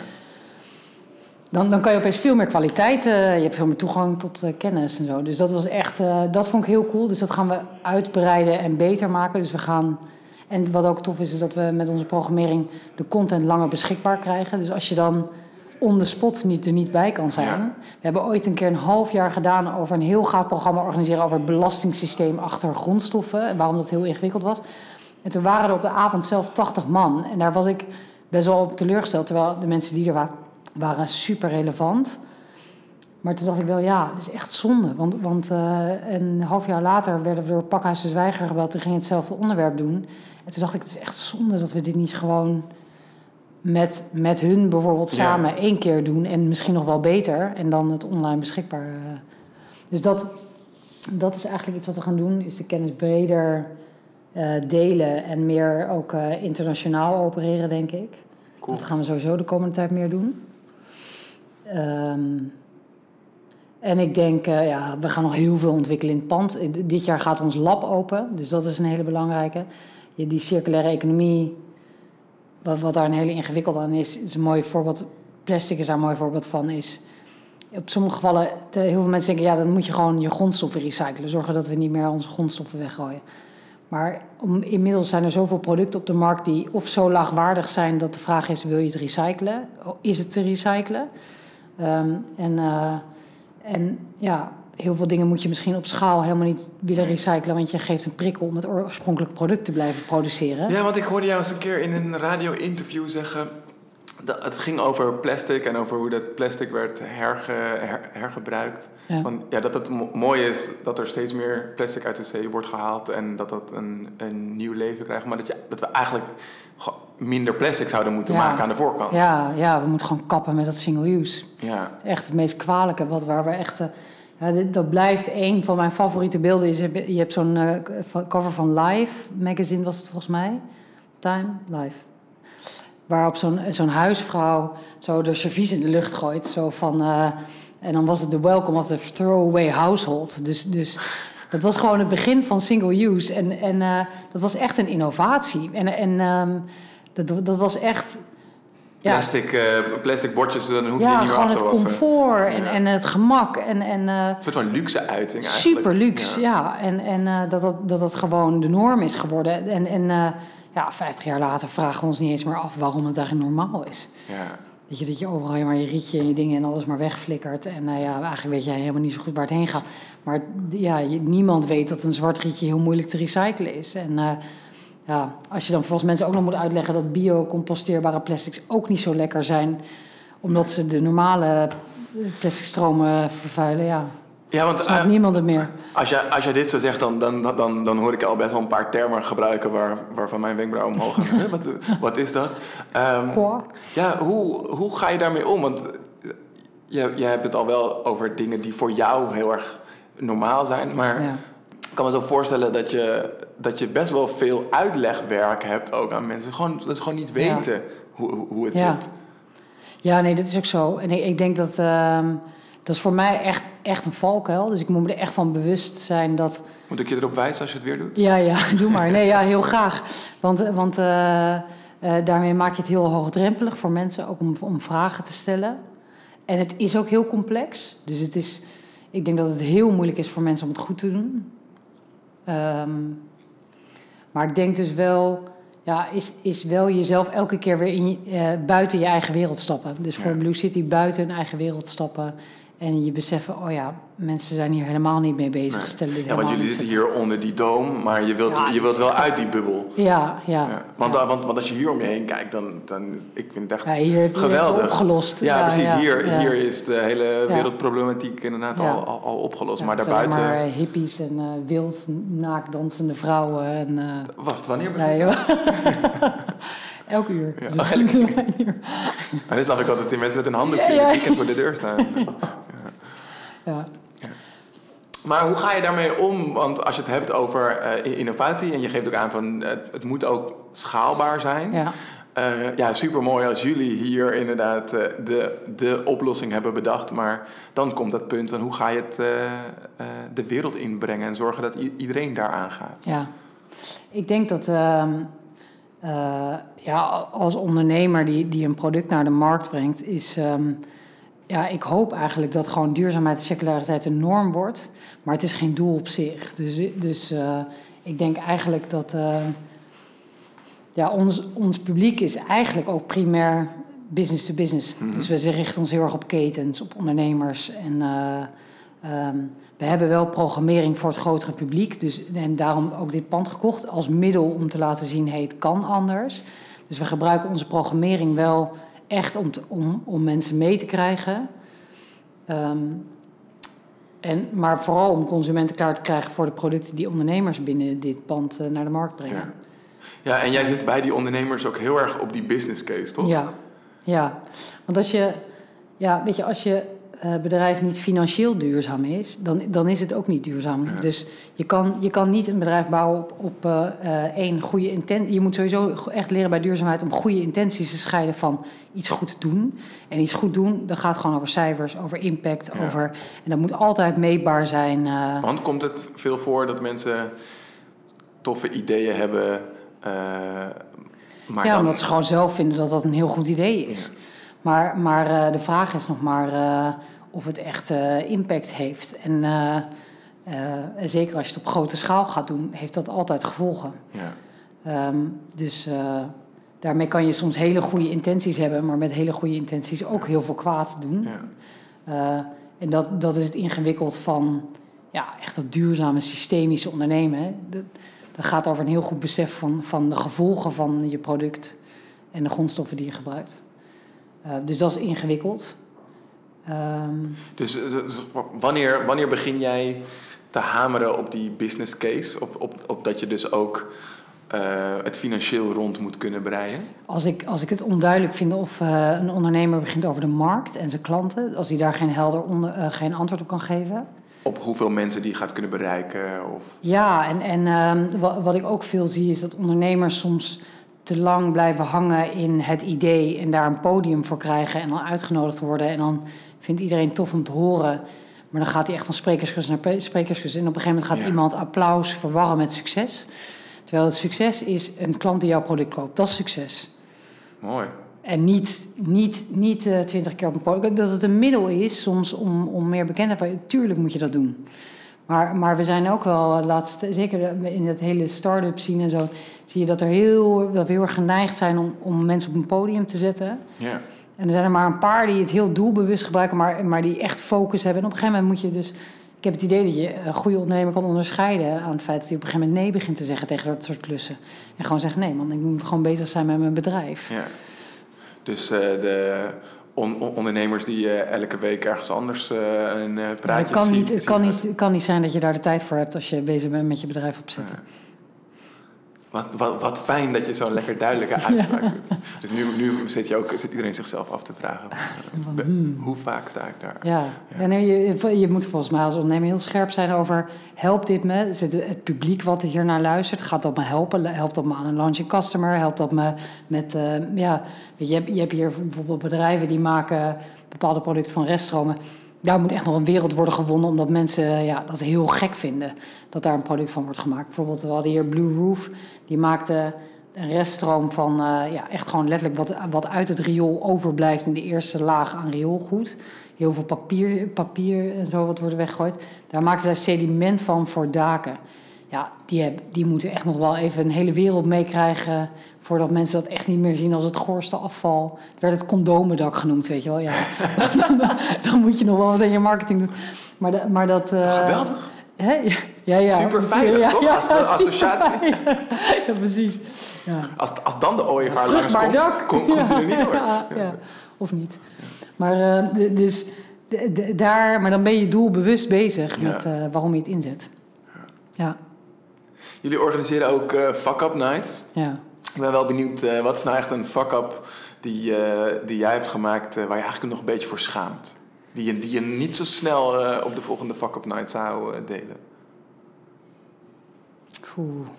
Dan, dan kan je opeens veel meer kwaliteit... Uh, je hebt veel meer toegang tot uh, kennis en zo. Dus dat was echt... Uh, dat vond ik heel cool. Dus dat gaan we uitbreiden en beter maken. Dus we gaan... En wat ook tof is, is dat we met onze programmering de content langer beschikbaar krijgen. Dus als je dan on the spot niet, er niet bij kan zijn. Ja. We hebben ooit een keer een half jaar gedaan over een heel gaaf programma organiseren over het belastingssysteem achter grondstoffen. En waarom dat heel ingewikkeld was. En toen waren er op de avond zelf tachtig man. En daar was ik best wel op teleurgesteld. Terwijl de mensen die er waren, waren super relevant. Maar toen dacht ik wel, ja, dat is echt zonde. Want, want uh, een half jaar later werden we door Pakhuis de Zwijger gebeld en gingen hetzelfde onderwerp doen. En toen dacht ik, het is echt zonde dat we dit niet gewoon met, met hun bijvoorbeeld samen ja. één keer doen en misschien nog wel beter en dan het online beschikbaar. Uh, dus dat, dat is eigenlijk iets wat we gaan doen, is de kennis breder uh, delen en meer ook uh, internationaal opereren, denk ik. Cool. Dat gaan we sowieso de komende tijd meer doen. Um, en ik denk, uh, ja, we gaan nog heel veel ontwikkelen in het pand. Dit jaar gaat ons lab open, dus dat is een hele belangrijke. Die circulaire economie, wat, wat daar een hele ingewikkelde aan is, is een mooi voorbeeld. Plastic is daar een mooi voorbeeld van. Is op sommige gevallen, de, heel veel mensen denken, ja, dan moet je gewoon je grondstoffen recyclen. Zorgen dat we niet meer onze grondstoffen weggooien. Maar om, inmiddels zijn er zoveel producten op de markt die of zo laagwaardig zijn dat de vraag is, wil je het recyclen? Is het te recyclen? Um, en, uh, en ja, heel veel dingen moet je misschien op schaal helemaal niet willen recyclen, want je geeft een prikkel om het oorspronkelijke product te blijven produceren. Ja, want ik hoorde jou eens een keer in een radio-interview zeggen, dat het ging over plastic en over hoe dat plastic werd herge, her, hergebruikt. Ja. Van, ja, dat het mo- mooi is dat er steeds meer plastic uit de zee wordt gehaald en dat dat een, een nieuw leven krijgt, maar dat, je, dat we eigenlijk minder plastic zouden moeten ja. maken aan de voorkant. Ja, ja, we moeten gewoon kappen met dat single use. Ja. Echt het meest kwalijke, wat waar we echt... Ja, dit, dat blijft een van mijn favoriete beelden. Is, je hebt zo'n uh, cover van Life magazine, was het volgens mij. Time, Life. Waarop zo'n, zo'n huisvrouw zo de servies in de lucht gooit. Zo van, uh, en dan was het de welcome of the throwaway household. Dus, dus dat was gewoon het begin van single use. En, en uh, dat was echt een innovatie. En, en um, dat, dat was echt... Ja. Plastic, uh, plastic bordjes, dan hoef je ja, niet meer af te wassen. Ja, gewoon het comfort en, ja. en het gemak. En, en, uh, een soort van luxe uiting eigenlijk. Super luxe, ja. ja. En, en uh, dat, dat, dat dat gewoon de norm is geworden. En, en uh, ja, vijftig jaar later vragen we ons niet eens meer af waarom het eigenlijk normaal is. Ja. Dat je, dat je overal maar je rietje en je dingen en alles maar wegflikkert. En uh, ja, eigenlijk weet jij helemaal niet zo goed waar het heen gaat. Maar ja, je, niemand weet dat een zwart rietje heel moeilijk te recyclen is. En... Uh, Ja, als je dan volgens mensen ook nog moet uitleggen dat bio-composteerbare plastics ook niet zo lekker zijn, omdat ze de normale plastic stromen vervuilen, ja. Ja, want snapt uh, niemand het meer. Als je, als je dit zo zegt, dan, dan, dan, dan hoor ik al best wel een paar termen gebruiken waar, waarvan mijn wenkbrauwen omhoog gaan. wat, wat is dat? Um, ja, hoe, hoe ga je daarmee om? Want je, je hebt het al wel over dingen die voor jou heel erg normaal zijn, maar... Ja. Ik kan me zo voorstellen dat je, dat je best wel veel uitlegwerk hebt ook aan mensen. Gewoon, dat ze gewoon niet weten ja. hoe, hoe het ja. zit. Ja, nee, dat is ook zo. En ik, ik denk dat... Uh, dat is voor mij echt, echt een valkuil. Dus ik moet me er echt van bewust zijn dat... Moet ik je erop wijzen als je het weer doet? Ja, ja, doe maar. Nee, ja, heel graag. Want, want uh, uh, daarmee maak je het heel hoogdrempelig voor mensen. Ook om, om vragen te stellen. En het is ook heel complex. Dus het is... Ik denk dat het heel moeilijk is voor mensen om het goed te doen. Um, maar ik denk dus wel, ja, is, is wel jezelf elke keer weer in, uh, buiten je eigen wereld stappen. Dus voor ja. Blue City buiten hun eigen wereld stappen. En je beseffen, oh ja, mensen zijn hier helemaal niet mee bezig. Nee. Stellen ja, want jullie zitten hier onder die doom, maar je wilt, ja, je wilt wel uit die bubbel. Ja, ja. ja. Want, ja. Want, want als je hier om je heen kijkt, dan, dan ik vind het echt ja, hier heeft geweldig. Het opgelost. Ja, ja precies. Ja, hier, ja. hier is de hele wereldproblematiek inderdaad ja. al, al, al opgelost. Ja, maar daarbuiten... maar hippies en uh, wild naakt dansende vrouwen. En, uh... Wacht, wanneer begint nee, Elk uur. Ja. Dus Oh, uur. Maar dan snap ik altijd die mensen met een handdoekje ja, ja. in voor de deur staan. Ja. Ja. Ja. Maar hoe ga je daarmee om? Want als je het hebt over uh, innovatie... en je geeft ook aan van uh, het moet ook schaalbaar zijn. Ja, uh, ja supermooi als jullie hier inderdaad uh, de, de oplossing hebben bedacht. Maar dan komt dat punt van hoe ga je het uh, uh, de wereld inbrengen... en zorgen dat i- iedereen daaraan gaat. Ja, ik denk dat... Uh, uh, ja, als ondernemer die, die een product naar de markt brengt... is... Um, Ja, ik hoop eigenlijk dat gewoon duurzaamheid en circulariteit een norm wordt. Maar het is geen doel op zich. Dus, dus uh, ik denk eigenlijk dat... Uh, ja, ons, ons publiek is eigenlijk ook primair business to business. Mm-hmm. Dus we richten ons heel erg op ketens, op ondernemers. En uh, um, we hebben wel programmering voor het grotere publiek. Dus, en daarom ook dit pand gekocht als middel om te laten zien... hey, het kan anders. Dus we gebruiken onze programmering wel... echt om, te, om, om mensen mee te krijgen. Um, en, maar vooral om consumenten klaar te krijgen... voor de producten die ondernemers binnen dit pand uh, naar de markt brengen. Ja, en jij zit bij die ondernemers ook heel erg op die business case, toch? Ja, ja. Want als je, ja, weet je, als je uh, bedrijf niet financieel duurzaam is, dan, dan is het ook niet duurzaam. Ja. Dus je kan, je kan niet een bedrijf bouwen op, op uh, uh, één goede intentie. Je moet sowieso echt leren bij duurzaamheid om goede intenties te scheiden van iets goed doen. En iets goed doen, dat gaat gewoon over cijfers, over impact, ja. over... En dat moet altijd meetbaar zijn. Uh, Want komt het veel voor dat mensen toffe ideeën hebben... Uh, maar ja, dan... omdat ze gewoon zelf vinden dat dat een heel goed idee is. Ja. Maar, maar uh, de vraag is nog maar uh, of het echt uh, impact heeft. En uh, uh, zeker als je het op grote schaal gaat doen, heeft dat altijd gevolgen. Ja. Um, dus uh, daarmee kan je soms hele goede intenties hebben, maar met hele goede intenties ook heel veel kwaad doen. Ja. Uh, en dat, dat is het ingewikkeld van ja, echt dat duurzame systemische ondernemen. Hè. Dat, dat gaat over een heel goed besef van, van de gevolgen van je product en de grondstoffen die je gebruikt. Uh, dus dat is ingewikkeld. Um, dus, dus wanneer, wanneer begin jij te hameren op die business case? Op, op, op dat je dus ook uh, het financieel rond moet kunnen breien? Als ik, als ik het onduidelijk vind of uh, een ondernemer begint over de markt en zijn klanten... als hij daar geen helder onder, uh, geen antwoord op kan geven... Op hoeveel mensen die gaat kunnen bereiken? Of... Ja, en, en uh, wat, wat ik ook veel zie is dat ondernemers soms... te lang blijven hangen in het idee en daar een podium voor krijgen en dan uitgenodigd worden. En dan vindt iedereen tof om te horen. Maar dan gaat hij echt van sprekerskus naar sprekerskus. En op een gegeven moment gaat ja. iemand applaus verwarren met succes. Terwijl het succes is een klant die jouw product koopt. Dat is succes. Mooi. En niet, niet, niet uh, twintig keer op een podium. Dat het een middel is soms om, om meer bekendheid te worden. Tuurlijk moet je dat doen. Maar, maar we zijn ook wel, laatst, zeker in het hele start-up scene en zo... zie je dat er heel, dat we heel erg geneigd zijn om, om mensen op een podium te zetten. Ja. En er zijn er maar een paar die het heel doelbewust gebruiken... maar, maar die echt focus hebben. En op een gegeven moment moet je dus... Ik heb het idee dat je een goede ondernemer kan onderscheiden... aan het feit dat hij op een gegeven moment nee begint te zeggen... tegen dat soort klussen. En gewoon zeggen, nee man, ik moet gewoon bezig zijn met mijn bedrijf. Ja. Dus uh, de... On- ondernemers die uh, elke week ergens anders uh, een uh, praatje ja, het kan ziet. Niet, het kan niet, het kan niet zijn dat je daar de tijd voor hebt... als je bezig bent met je bedrijf opzetten. Ja. Wat, wat, wat fijn dat je zo'n lekker duidelijke uitspraak ja. doet. Dus nu, nu zit, je ook, zit iedereen zichzelf af te vragen... Van, hmm. hoe vaak sta ik daar? Ja, ja. ja nee, je, je moet volgens mij als ondernemer heel scherp zijn over... helpt dit me? Zit het publiek wat hier naar luistert? Gaat dat me helpen? Helpt dat me aan een launching customer? Helpt dat me met... Uh, ja, je, hebt, je hebt hier bijvoorbeeld bedrijven die maken bepaalde producten van reststromen... Daar moet echt nog een wereld worden gewonnen... omdat mensen ja, dat heel gek vinden... dat daar een product van wordt gemaakt. Bijvoorbeeld, we hadden hier Blue Roof. Die maakte een reststroom van... Uh, ja, echt gewoon letterlijk wat, wat uit het riool overblijft... in de eerste laag aan rioolgoed. Heel veel papier, papier en zo wat wordt weggegooid. Daar maakten zij sediment van voor daken. Ja, die, heb, die moeten echt nog wel even een hele wereld meekrijgen... voordat mensen dat echt niet meer zien als het goorste afval. Het werd het condomendak genoemd, weet je wel. Ja. dan, dan moet je nog wel wat in je marketing doen. Maar, de, maar dat... Uh, dat is geweldig. Hè? Ja, ja. Super veilig, ja, toch? Ja, als de associatie. Ja, precies. Ja. Als, als dan de ooievaar langskomt, kom, komt hij er niet door. Ja, ja. Of niet. Maar, uh, de, dus, de, de, daar, maar dan ben je doelbewust bezig ja. met uh, waarom je het inzet. Ja. Jullie organiseren ook uh, fuck-up nights. Ja. Ik ben wel benieuwd, uh, wat is nou echt een fuck-up die, uh, die jij hebt gemaakt... Uh, waar je eigenlijk nog een beetje voor schaamt? Die je, die je niet zo snel uh, op de volgende fuck-up night zou uh, delen? Oeh.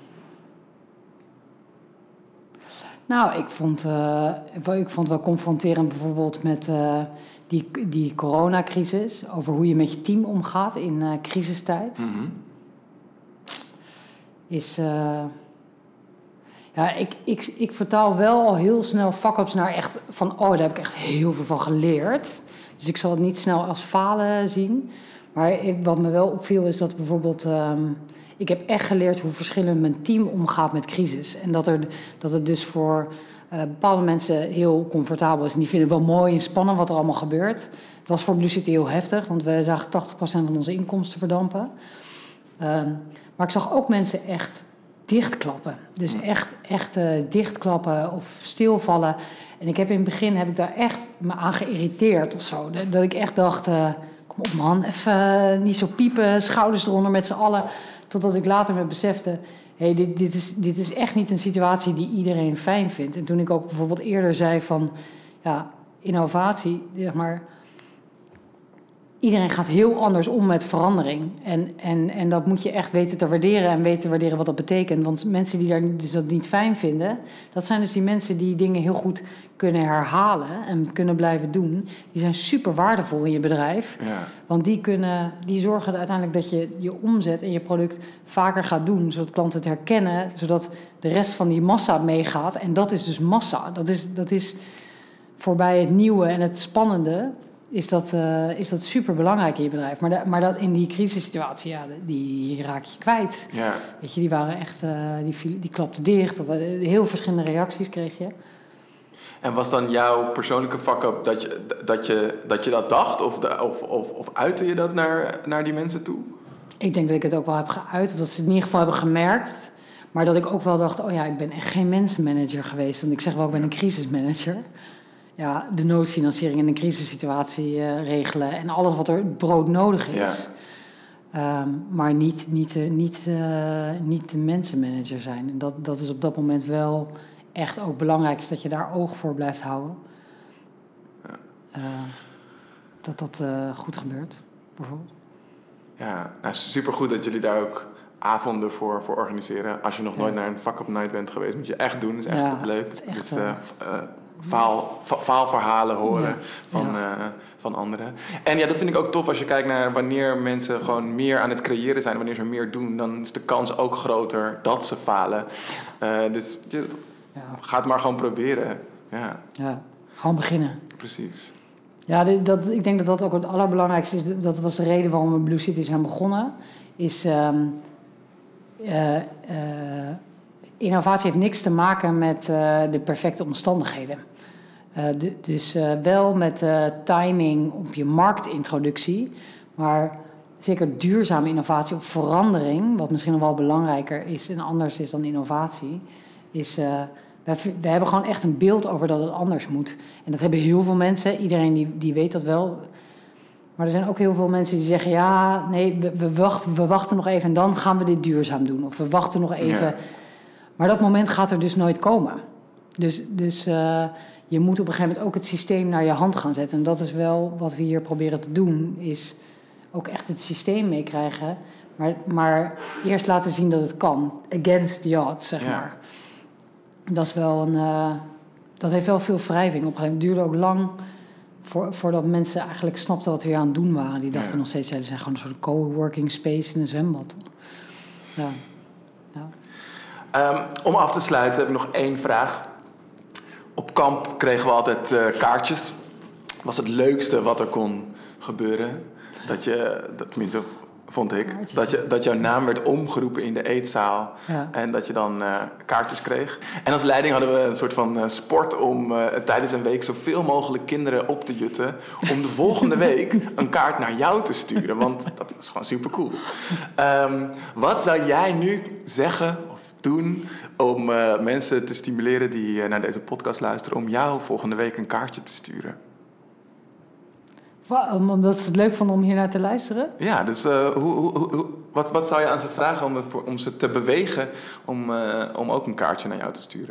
Nou, ik vond, uh, ik vond wel confronterend bijvoorbeeld met uh, die, die coronacrisis... over hoe je met je team omgaat in uh, crisistijd. Mm-hmm. Is... Uh, Ja, ik, ik, ik vertaal wel al heel snel fuck-ups naar echt van... oh, daar heb ik echt heel veel van geleerd. Dus ik zal het niet snel als falen zien. Maar ik, wat me wel opviel is dat bijvoorbeeld... Um, ik heb echt geleerd hoe verschillend mijn team omgaat met crisis. En dat, er, dat het dus voor uh, bepaalde mensen heel comfortabel is. En die vinden het wel mooi en spannend wat er allemaal gebeurt. Het was voor Blue City heel heftig, want we zagen tachtig procent van onze inkomsten verdampen. Um, maar ik zag ook mensen echt... dichtklappen. Dus echt, echt uh, dichtklappen of stilvallen. En ik heb in het begin heb ik daar echt me aan geïrriteerd of zo. Dat, dat ik echt dacht, uh, kom op man, even uh, niet zo piepen, schouders eronder met z'n allen. Totdat ik later me besefte, hey, dit, dit, is, dit is echt niet een situatie die iedereen fijn vindt. En toen ik ook bijvoorbeeld eerder zei van, ja, innovatie, zeg maar, iedereen gaat heel anders om met verandering. En, en, en dat moet je echt weten te waarderen en weten te waarderen wat dat betekent. Want mensen die daar dus dat niet fijn vinden, dat zijn dus die mensen die dingen heel goed kunnen herhalen en kunnen blijven doen. Die zijn super waardevol in je bedrijf. Ja. Want die, kunnen, die zorgen uiteindelijk dat je je omzet en je product vaker gaat doen, zodat klanten het herkennen, zodat de rest van die massa meegaat. En dat is dus massa. Dat is, dat is voorbij het nieuwe en het spannende. Is dat, uh, is dat super belangrijk in je bedrijf. Maar, da, maar dat in die crisissituatie, ja, die raak je kwijt. Ja. Weet je, die waren echt, uh, die, die klapten dicht. Of, uh, heel verschillende reacties kreeg je. En was dan jouw persoonlijke fuck-up dat je dat, je, dat, je dat dacht? Of, de, of, of, of uitte je dat naar, naar die mensen toe? Ik denk dat ik het ook wel heb geuit. Of dat ze het in ieder geval hebben gemerkt. Maar dat ik ook wel dacht, oh ja, ik ben echt geen mensenmanager geweest. Want ik zeg wel, ik ben een crisismanager. Ja, de noodfinanciering in een crisissituatie uh, regelen en alles wat er broodnodig is. Ja. Um, maar niet, niet, uh, niet, uh, niet de mensenmanager zijn. En dat, dat is op dat moment wel echt ook belangrijk, is dat je daar oog voor blijft houden. Ja. Uh, dat dat uh, goed gebeurt, bijvoorbeeld. Ja, nou, supergoed dat jullie daar ook avonden voor, voor organiseren. Als je nog ja. nooit naar een fuck-up night bent geweest, moet je echt doen. Dat is echt ja, leuk. Het echt, dus, uh, uh, Faal, faalverhalen horen ja, van, ja. Uh, van anderen. En ja, dat vind ik ook tof als je kijkt naar wanneer mensen gewoon meer aan het creëren zijn. Wanneer ze meer doen, dan is de kans ook groter dat ze falen. Uh, dus ja, ja. ga het maar gewoon proberen. Ja, ja, gewoon beginnen. Precies. Ja, dat, ik denk dat dat ook het allerbelangrijkste is. Dat was de reden waarom we Blue City zijn begonnen. Is... Um, uh, uh, Innovatie heeft niks te maken met uh, de perfecte omstandigheden. Uh, de, dus uh, wel met uh, timing op je marktintroductie. Maar zeker duurzame innovatie of verandering, wat misschien nog wel belangrijker is en anders is dan innovatie, is... Uh, we, we hebben gewoon echt een beeld over dat het anders moet. En dat hebben heel veel mensen. Iedereen die, die weet dat wel. Maar er zijn ook heel veel mensen die zeggen, ja, nee, we, we, wachten, we wachten nog even en dan gaan we dit duurzaam doen. Of we wachten nog even... Ja. Maar dat moment gaat er dus nooit komen. Dus, dus uh, je moet op een gegeven moment ook het systeem naar je hand gaan zetten. En dat is wel wat we hier proberen te doen, is ook echt het systeem meekrijgen. Maar, maar eerst laten zien dat het kan. Against the odds, zeg ja. maar. Dat is wel een... Uh, dat heeft wel veel wrijving. Op een gegeven moment duurde ook lang voor, voordat mensen eigenlijk snapten wat we hier aan het doen waren. Die dachten ja. nog steeds, ja, die zijn gewoon een soort coworking space in een zwembad. Ja. Ja. Um, om af te sluiten heb ik nog één vraag. Op kamp kregen we altijd uh, kaartjes. Was het leukste wat er kon gebeuren? Dat je, dat, tenminste vond ik, dat, je, dat jouw naam werd omgeroepen in de eetzaal. Ja. En dat je dan uh, kaartjes kreeg. En als leiding hadden we een soort van uh, sport om uh, tijdens een week zoveel mogelijk kinderen op te jutten. Om de volgende week een kaart naar jou te sturen. Want dat was gewoon super cool. Um, wat zou jij nu zeggen doen om uh, mensen te stimuleren die uh, naar deze podcast luisteren, om jou volgende week een kaartje te sturen? Omdat ze het leuk vonden om hier naar te luisteren? Ja, dus uh, hoe, hoe, hoe, wat, wat zou je aan ze vragen om, voor, om ze te bewegen om, uh, om ook een kaartje naar jou te sturen?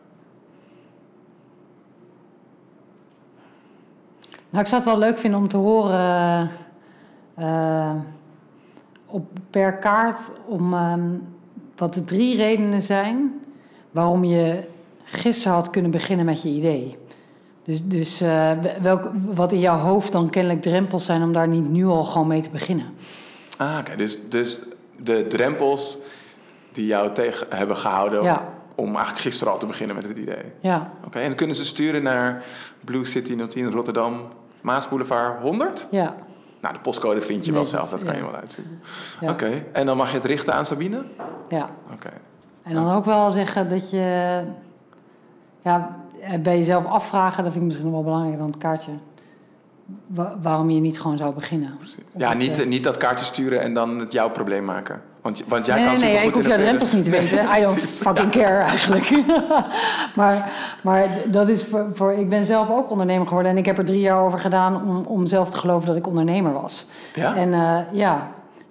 Nou, ik zou het wel leuk vinden om te horen uh, op, per kaart om... Um, wat de drie redenen zijn waarom je gisteren had kunnen beginnen met je idee. Dus, dus uh, welk, wat in jouw hoofd dan kennelijk drempels zijn om daar niet nu al gewoon mee te beginnen. Ah, oké. Okay. Dus, dus de drempels die jou tegen hebben gehouden ja. om eigenlijk gisteren al te beginnen met het idee. Ja. Oké. Okay. En dan kunnen ze sturen naar Blue City nul tien Rotterdam, Maasboulevard honderd? Ja. Nou, de postcode vind je wel zelf, dat kan ja. je wel uitzoeken. Ja. Oké, okay. En dan mag je het richten aan Sabine? Ja. Oké. Okay. En dan ook wel zeggen dat je... Ja, bij jezelf afvragen, dat vind ik misschien nog wel belangrijker dan het kaartje. Wa- waarom je niet gewoon zou beginnen. Ja, niet, uh, niet dat kaartje sturen en dan het jouw probleem maken. Want, want jij nee, kan nee, nee, ik hoef jouw drempels niet te weten. I don't fucking ja. care eigenlijk. maar maar dat is voor, voor... Ik ben zelf ook ondernemer geworden. En ik heb er drie jaar over gedaan om, om zelf te geloven dat ik ondernemer was. Ja? En uh, ja...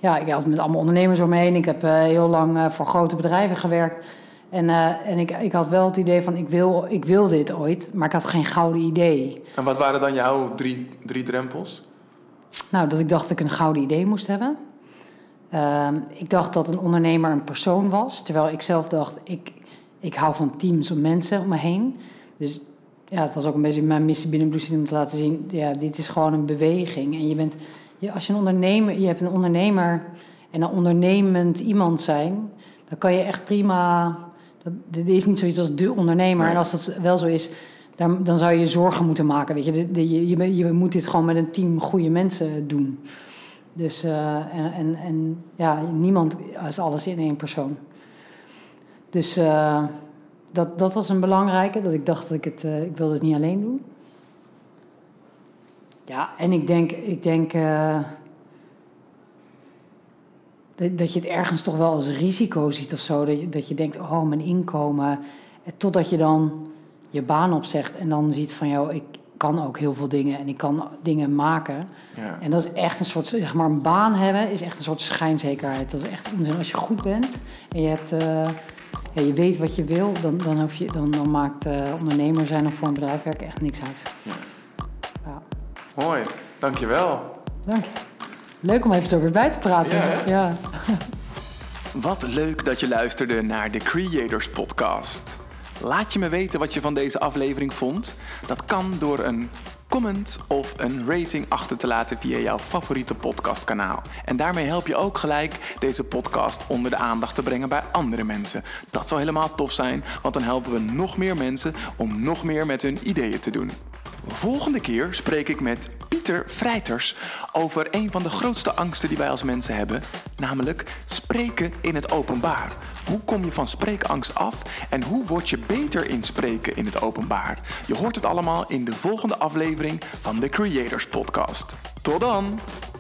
ja, ik had met allemaal ondernemers om me heen. Ik heb uh, heel lang uh, voor grote bedrijven gewerkt. En, uh, en ik, ik had wel het idee van, ik wil, ik wil dit ooit, maar ik had geen gouden idee. En wat waren dan jouw drie, drie drempels? Nou, dat ik dacht dat ik een gouden idee moest hebben. Uh, ik dacht dat een ondernemer een persoon was. Terwijl ik zelf dacht, ik, ik hou van teams of mensen om me heen. Dus ja, het was ook een beetje mijn missie binnen Blue City om te laten zien, ja, dit is gewoon een beweging. En je bent, je, als je een ondernemer, je hebt een ondernemer en een ondernemend iemand zijn, dan kan je echt prima. Dat, dit is niet zoiets als de ondernemer. En als dat wel zo is, dan, dan zou je je zorgen moeten maken. Weet je, de, de, je, je, je moet dit gewoon met een team goede mensen doen. Dus uh, en, en, en ja, niemand is alles in één persoon. Dus uh, dat, dat was een belangrijke. Dat ik dacht dat ik het, uh, ik wilde het niet alleen doen. Ja, en ik denk, ik denk uh, dat, dat je het ergens toch wel als risico ziet of zo. Dat je, dat je denkt, oh, mijn inkomen. Totdat je dan je baan opzegt en dan ziet van, joh, ik kan ook heel veel dingen en ik kan dingen maken. Ja. En dat is echt een soort, zeg maar, een baan hebben is echt een soort schijnzekerheid. Dat is echt onzin. Als je goed bent en je hebt, uh, ja, je weet wat je wil, dan, dan, hoef je, dan, dan maakt uh, ondernemer zijn of voor een bedrijf werken echt niks uit. Ja. Ja. Mooi, dankjewel. Dank je. Leuk om even zo weer bij te praten. Ja, ja. Wat leuk dat je luisterde naar de Creators Podcast. Laat je me weten wat je van deze aflevering vond. Dat kan door een comment of een rating achter te laten via jouw favoriete podcastkanaal. En daarmee help je ook gelijk deze podcast onder de aandacht te brengen bij andere mensen. Dat zou helemaal tof zijn, want dan helpen we nog meer mensen om nog meer met hun ideeën te doen. Volgende keer spreek ik met Pieter Vrijters over een van de grootste angsten die wij als mensen hebben, namelijk spreken in het openbaar. Hoe kom je van spreekangst af en hoe word je beter in spreken in het openbaar? Je hoort het allemaal in de volgende aflevering van de Creators Podcast. Tot dan!